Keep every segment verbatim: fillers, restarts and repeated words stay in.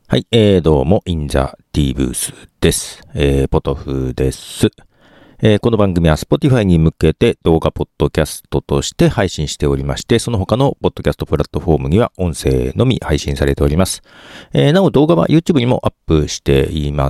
はい、えー、どうも、インザ T ブースです。えー、ポトフです。えー、この番組は Spotify に向けて動画ポッドキャストとして配信しておりまして、その他のポッドキャストプラットフォームには音声のみ配信されております。えー、なお動画は YouTube にもアップしています。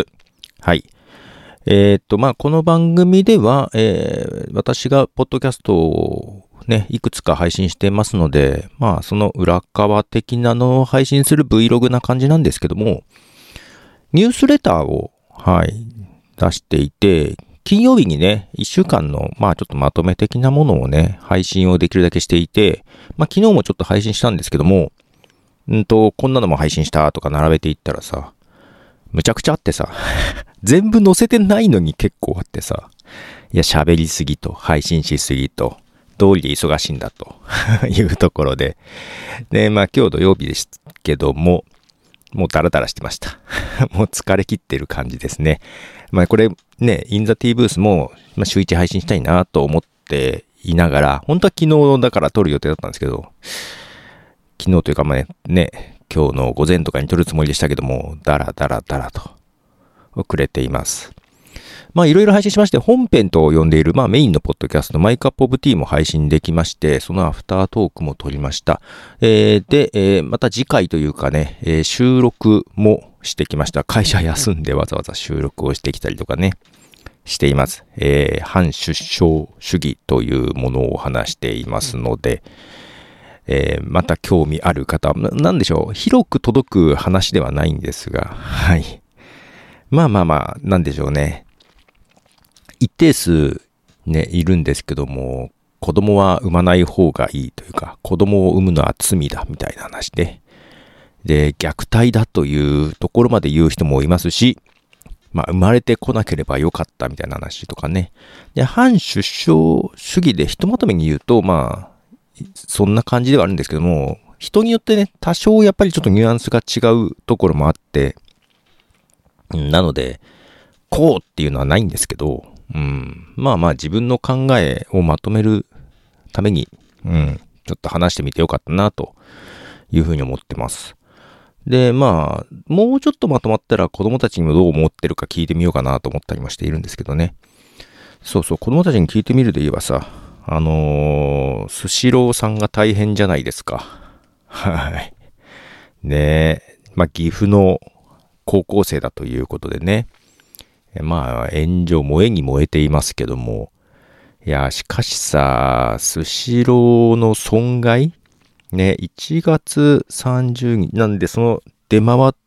はい。えー、っと、まあ、この番組では、えー、私がポッドキャストをね、いくつか配信していますので、まあ、その裏側的なのを配信する Vlog な感じなんですけども、ニュースレターを、はい、出していて、金曜日にね、いっしゅうかんの、まあちょっとまとめ的なものをね、配信をできるだけしていて、まあ昨日もちょっと配信したんですけども、んと、こんなのも配信したとか並べていったらさ、むちゃくちゃあってさ、全部載せてないのに結構あってさ、いや、喋りすぎと、配信しすぎと、道理で忙しいんだというところで、で、まあ今日土曜日ですけども、もうダラダラしてました。もう疲れ切ってる感じですね。まあこれね、インザ T ブースも、まあ、週いち配信したいなと思っていながら、本当は昨日だから撮る予定だったんですけど、昨日というかまあね、ね今日の午前とかに撮るつもりでしたけども、ダラダラダラと遅れています。まあいろいろ配信しまして、本編と呼んでいる、まあメインのポッドキャスト、マイクアップオブティーも配信できまして、そのアフタートークも撮りました。えー、で、えー、また次回というかね、えー、収録もしてきました。会社休んでわざわざ収録をしてきたりとかね、しています。えー、反出生主義というものを話していますので、えー、また興味ある方、な、なんでしょう、広く届く話ではないんですが、はい。まあまあまあ、なんでしょうね。一定数ね、いるんですけども、子供は産まない方がいいというか、子供を産むのは罪だみたいな話で、で、虐待だというところまで言う人もいますし、まあ、生まれてこなければよかったみたいな話とかね。で、反出生主義でひとまとめに言うと、まあ、そんな感じではあるんですけども、人によってね、多少やっぱりちょっとニュアンスが違うところもあって、なので、こうっていうのはないんですけど、うん、まあまあ自分の考えをまとめるために、うん、ちょっと話してみてよかったなというふうに思ってます。で、まあ、もうちょっとまとまったら子供たちにもどう思ってるか聞いてみようかなと思ったりもしているんですけどね。そうそう、子供たちに聞いてみるで言えばさ、あのー、スシローさんが大変じゃないですか。はい。ねえ、まあ岐阜の高校生だということでね。まあ、炎上、燃えに燃えていますけども。いや、しかしさ、スシローの損害ね、いちがつさんじゅうにち、なんでその出回った、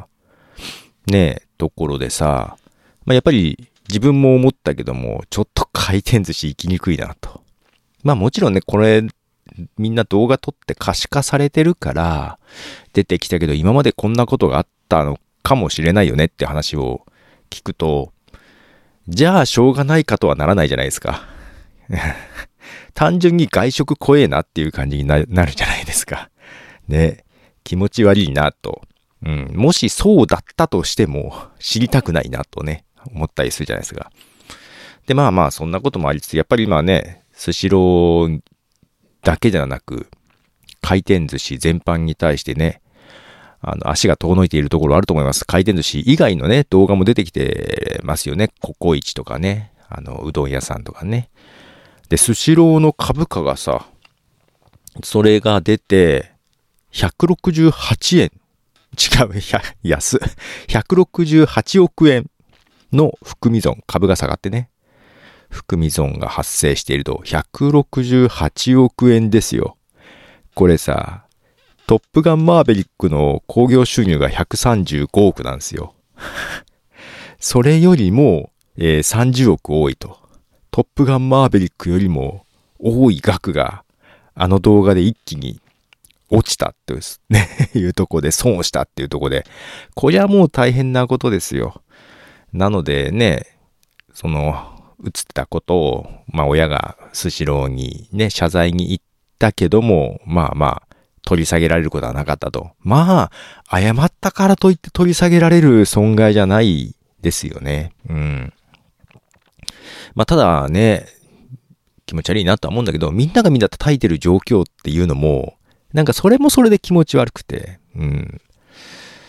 ね、ところでさ、まあ、やっぱり自分も思ったけども、ちょっと回転寿司行きにくいなと。まあもちろんね、これ、みんな動画撮って可視化されてるから出てきたけど、今までこんなことがあったのかもしれないよねって話を聞くと、じゃあしょうがないかとはならないじゃないですか。単純に外食怖えなっていう感じになるじゃないですか。ね。気持ち悪いなと。うん。もしそうだったとしても知りたくないなとね、思ったりするじゃないですか。で、まあまあそんなこともありつつ、やっぱりまあね、スシローだけではなく、回転寿司全般に対してね、あの、足が遠のいているところあると思います。回転寿司以外のね、動画も出てきてますよね。ココイチとかね、あの、うどん屋さんとかね。で、スシローの株価がさ、それが出て、ひゃくろくじゅうはちえん。違う、安。ひゃくろくじゅうはちおくえんの含み損。株が下がってね。含み損が発生していると、ひゃくろくじゅうはちおくえんですよ。これさ、トップガンマーヴェリックの興行収入がひゃくさんじゅうごおくなんですよ。それよりも、えー、さんじゅうおく多いと。トップガンマーヴェリックよりも多い額があの動画で一気に落ちたっていうところで損をしたっていうところで、こりゃもう大変なことですよ。なのでね、その映ってたことを、まあ親がスシローにね、謝罪に行ったけども、まあまあ、取り下げられることはなかったと。まあ、謝ったからといって取り下げられる損害じゃないですよね。うん。まあ、ただね、気持ち悪いなとは思うんだけど、みんながみんな叩いてる状況っていうのも、なんかそれもそれで気持ち悪くて、うん。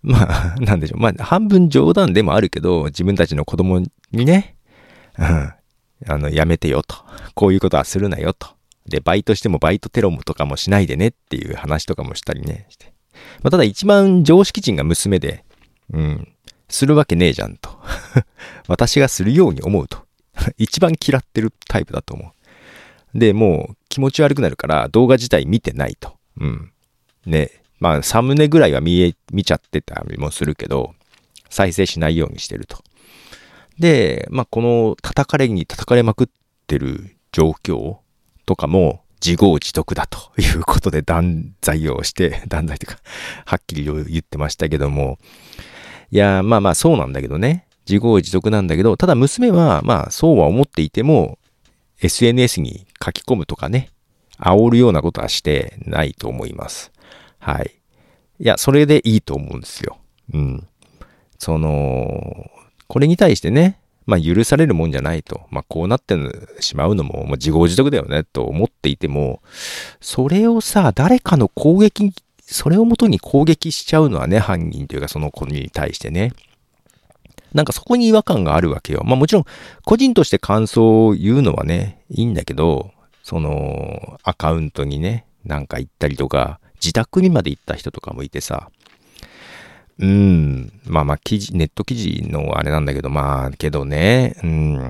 まあ、なんでしょう。まあ、半分冗談でもあるけど、自分たちの子供にね、うん、あの、やめてよと。こういうことはするなよと。で、バイトしてもバイトテロとかもしないでねっていう話とかもしたりね。して。まあ、ただ一番常識人が娘で、うん、するわけねえじゃんと。私がするように思うと。一番嫌ってるタイプだと思う。で、もう気持ち悪くなるから動画自体見てないと。うん。ね。まあ、サムネぐらいは見え、見ちゃってたりもするけど、再生しないようにしてると。で、まあ、この叩かれに叩かれまくってる状況とかも自業自得だということで断罪をして、断罪というか、はっきり言ってましたけども、いや、まあまあそうなんだけどね。自業自得なんだけど、ただ娘は、まあそうは思っていても、エスエヌエス に書き込むとかね、煽るようなことはしてないと思います。はい。いや、それでいいと思うんですよ。うん。その、これに対してね、まあ許されるもんじゃないと。まあこうなってしまうのも、まあ、自業自得だよねと思っていても、それをさ、誰かの攻撃、それをもとに攻撃しちゃうのはね、犯人というかその子に対してね。なんかそこに違和感があるわけよ。まあもちろん、個人として感想を言うのはね、いいんだけど、その、アカウントにね、なんか行ったりとか、自宅にまで行った人とかもいてさ、うーん、まあまあ記事、ネット記事のあれなんだけど、まあ、けどね、うん、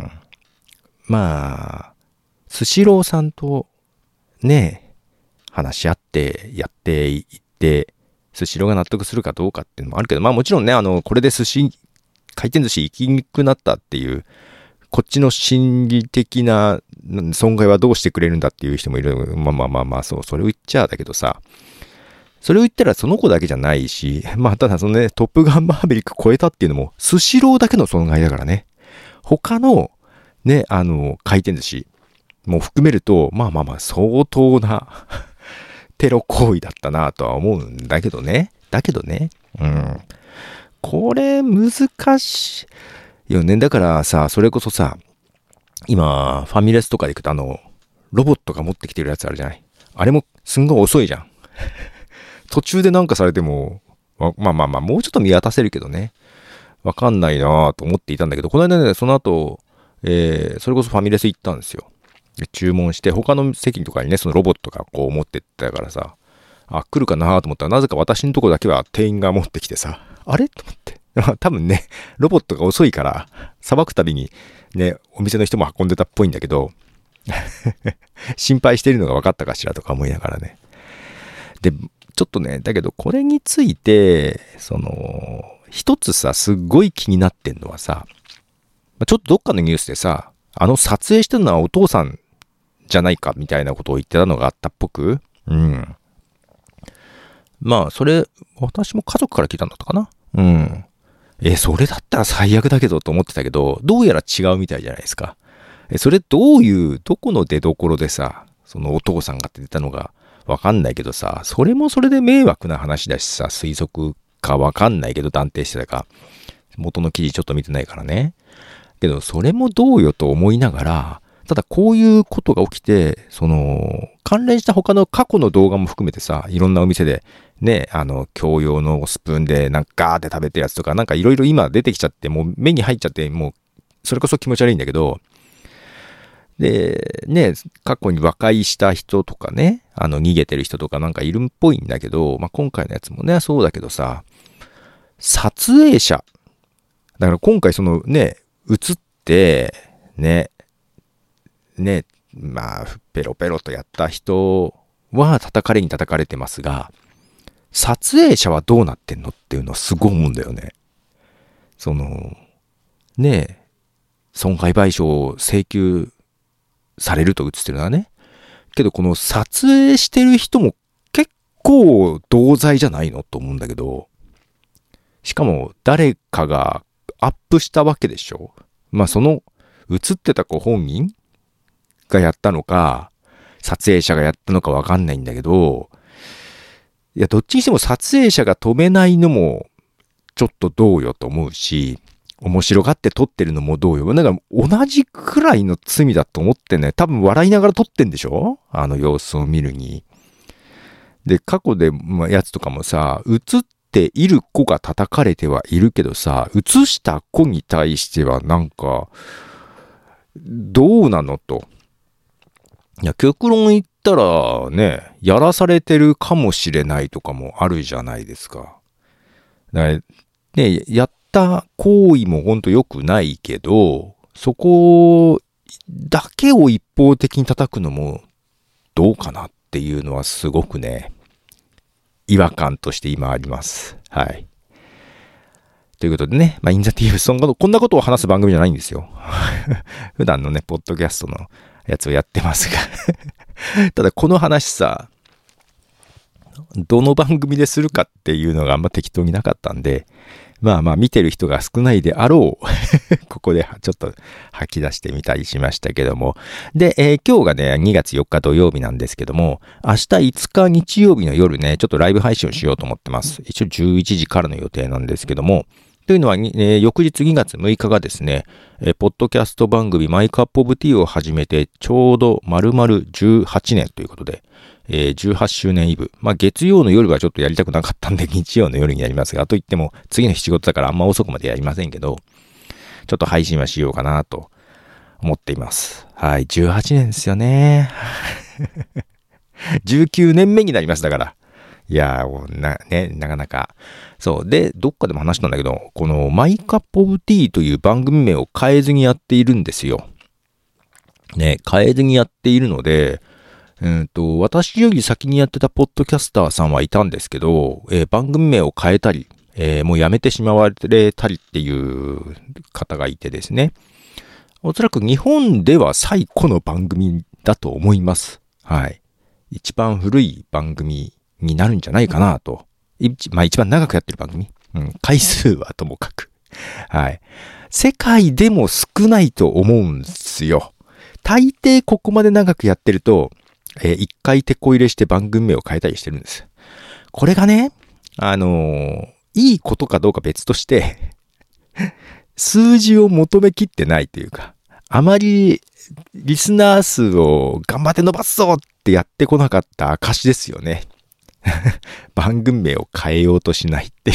まあ、スシローさんとね、話し合ってやっていって、スシローが納得するかどうかっていうのもあるけど、まあもちろんね、あの、これで寿司、回転寿司行きにくくなったっていう、こっちの心理的な損害はどうしてくれるんだっていう人もいる。まあまあまあまあ、そう、それを言っちゃだけどさ、それを言ったらその子だけじゃないし、まあただそのね、トップガンマーヴェリック超えたっていうのも、スシローだけの損害だからね。他の、ね、あの、回転寿司も含めると、まあまあまあ、相当なテロ行為だったなとは思うんだけどね。だけどね。うん。これ、難しいよね。だからさ、それこそさ、今、ファミレスとかで行くとあの、ロボットが持ってきてるやつあるじゃない。あれもすんごい遅いじゃん。途中でなんかされても、まあまあまあ、もうちょっと見渡せるけどね。わかんないなぁと思っていたんだけど、この間ね、その後、えー、それこそファミレス行ったんですよ。で注文して、他の席とかにね、そのロボットがこう持ってったからさ、あ、来るかなと思ったら、なぜか私のとこだけは店員が持ってきてさ、あれと思って。多分ね、ロボットが遅いから、さばくたびにね、お店の人も運んでたっぽいんだけど、心配してるのが分かったかしらとか思いながらね。で、ちょっとね、だけどこれについて、その、一つさ、すっごい気になってんのはさ、ちょっとどっかのニュースでさ、あの撮影してるのはお父さんじゃないかみたいなことを言ってたのがあったっぽく、うん。まあ、それ、私も家族から聞いたんだったかな。うん。え、それだったら最悪だけどと思ってたけど、どうやら違うみたいじゃないですか。え、それどういう、どこの出所でさ、そのお父さんがって出たのがわかんないけどさ、それもそれで迷惑な話だしさ、推測かわかんないけど断定してたか、元の記事ちょっと見てないからね。けど、それもどうよと思いながら、ただこういうことが起きて、その、関連した他の過去の動画も含めてさ、いろんなお店で、ね、あの、共用のスプーンでなんかガーって食べてるやつとか、なんかいろいろ今出てきちゃって、もう目に入っちゃって、もう、それこそ気持ち悪いんだけど、で、ね、過去に和解した人とかね、あの、逃げてる人とかなんかいるっぽいんだけど、まあ、今回のやつもね、そうだけどさ、撮影者。だから今回そのね、映って、ね、ね、まあ、ペロペロとやった人は叩かれに叩かれてますが、撮影者はどうなってんのっていうのはすごい思うんだよね。その、ねえ、損害賠償を請求されると映ってるのはね。けどこの撮影してる人も結構同罪じゃないのと思うんだけど、しかも誰かがアップしたわけでしょ。まあその映ってた子本人がやったのか、撮影者がやったのかわかんないんだけど、いや、どっちにしても撮影者が止めないのもちょっとどうよと思うし、面白がって撮ってるのもどうよ。なんか同じくらいの罪だと思ってね、多分笑いながら撮ってんでしょ？あの様子を見るに。で、過去で、まあ、やつとかもさ、映っている子が叩かれてはいるけどさ、映した子に対してはなんか、どうなのと。いや、極論言ったらね、やらされてるかもしれないとかもあるじゃないですか。だからね、やった行為もほんと良くないけど、そこだけを一方的に叩くのもどうかなっていうのはすごくね、違和感として今あります。はい。ということでね、まあ、インザティーブそんなこんなことを話す番組じゃないんですよ。普段のね、ポッドキャストのやつをやってますが。ただこの話さ、どの番組でするかっていうのがあんま適当になかったんで、まあまあ見てる人が少ないであろう。ここでちょっと吐き出してみたりしましたけども。で、えー、今日がね、にがつよっか土曜日なんですけども、明日いつか日曜日の夜ね、ちょっとライブ配信をしようと思ってます。一応じゅういちじからの予定なんですけども、というのは、えー、翌日にがつむいかがですね、えー、ポッドキャスト番組マイカップオブティーを始めてちょうど丸々じゅうはちねんということで、えー、じゅうはちしゅうねんイブ。まあ、月曜の夜はちょっとやりたくなかったんで、日曜の夜にやりますが、といっても、次の日仕事だからあんま遅くまでやりませんけど、ちょっと配信はしようかなと思っています。はい、じゅうはちねんですよね。じゅうきゅうねんめになりましたから。いやー、な、ね、なかなか。そう。で、どっかでも話したんだけど、このマイカップオブティーという番組名を変えずにやっているんですよ。ね、変えずにやっているので、うんと、私より先にやってたポッドキャスターさんはいたんですけど、えー、番組名を変えたり、えー、もうやめてしまわれたりっていう方がいてですね。おそらく日本では最古の番組だと思います。はい。一番古い番組になるんじゃないかなと。一まあ一番長くやってる番組。うん。回数はともかく。はい。世界でも少ないと思うんですよ。大抵ここまで長くやってると、えー、一回手こ入れして番組名を変えたりしてるんです。これがね、あのー、いいことかどうか別として、数字を求めきってないというか、あまりリスナー数を頑張って伸ばすぞってやってこなかった証ですよね。番組名を変えようとしないっていう、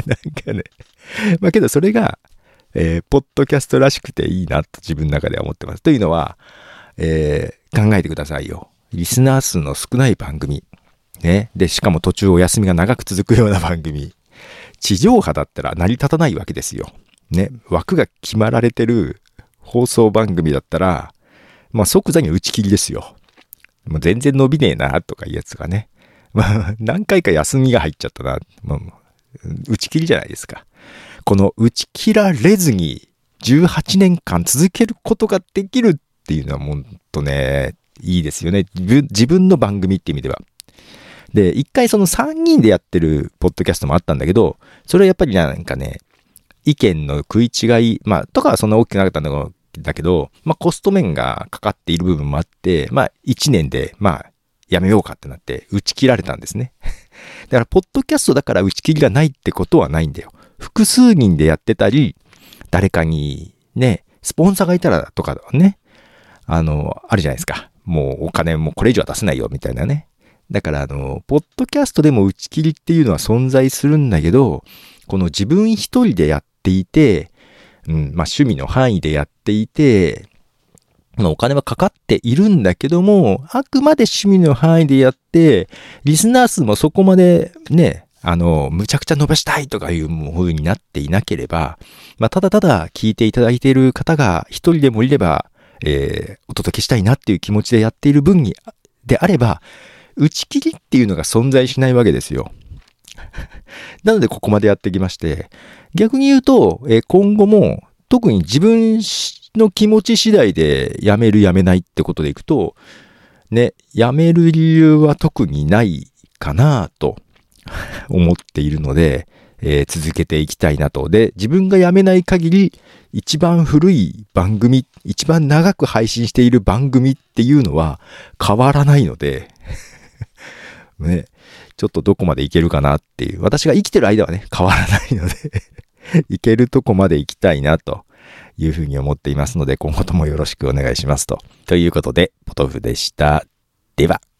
なんかね。まあけどそれが、えー、ポッドキャストらしくていいなと自分の中では思ってます。というのは、えー、考えてくださいよ。リスナー数の少ない番組。ね。で、しかも途中お休みが長く続くような番組。地上波だったら成り立たないわけですよ。ね。枠が決まられてる放送番組だったら、まあ即座に打ち切りですよ。もう全然伸びねえなとかいうやつがね。まあ何回か休みが入っちゃったな。まあ、打ち切りじゃないですか。この打ち切られずにじゅうはちねんかん続けることができるっていうのはもっとね、いいですよね。自分、自分の番組って意味では。で、一回そのさんにんでやってるポッドキャストもあったんだけど、それはやっぱりなんかね、意見の食い違い、まあ、とかはそんな大きくなかったんだけど、まあ、コスト面がかかっている部分もあって、まあ、いちねんで、まあ、やめようかってなって、打ち切られたんですね。だから、ポッドキャストだから打ち切りがないってことはないんだよ。複数人でやってたり、誰かにね、スポンサーがいたらとかね、あの、あるじゃないですか。もうお金もこれ以上は出せないよみたいなね。だからあの、ポッドキャストでも打ち切りっていうのは存在するんだけど、この自分一人でやっていて、うん、まあ趣味の範囲でやっていて、お金はかかっているんだけども、あくまで趣味の範囲でやって、リスナー数もそこまでね、あの、むちゃくちゃ伸ばしたいとかいう風になっていなければ、まあただただ聞いていただいている方が一人でもいれば、えー、お届けしたいなっていう気持ちでやっている分にであれば、打ち切りっていうのが存在しないわけですよ。なのでここまでやってきまして、逆に言うと、えー、今後も特に自分の気持ち次第でやめるやめないってことでいくと、ね、やめる理由は特にないかなと思っているので、えー、続けていきたいなと。で、自分がやめない限り、一番古い番組、一番長く配信している番組っていうのは変わらないので、ね、ちょっとどこまでいけるかなっていう。私が生きてる間はね、変わらないので、いけるとこまで行きたいなというふうに思っていますので、今後ともよろしくお願いしますと。ということで、ポトフでした。では。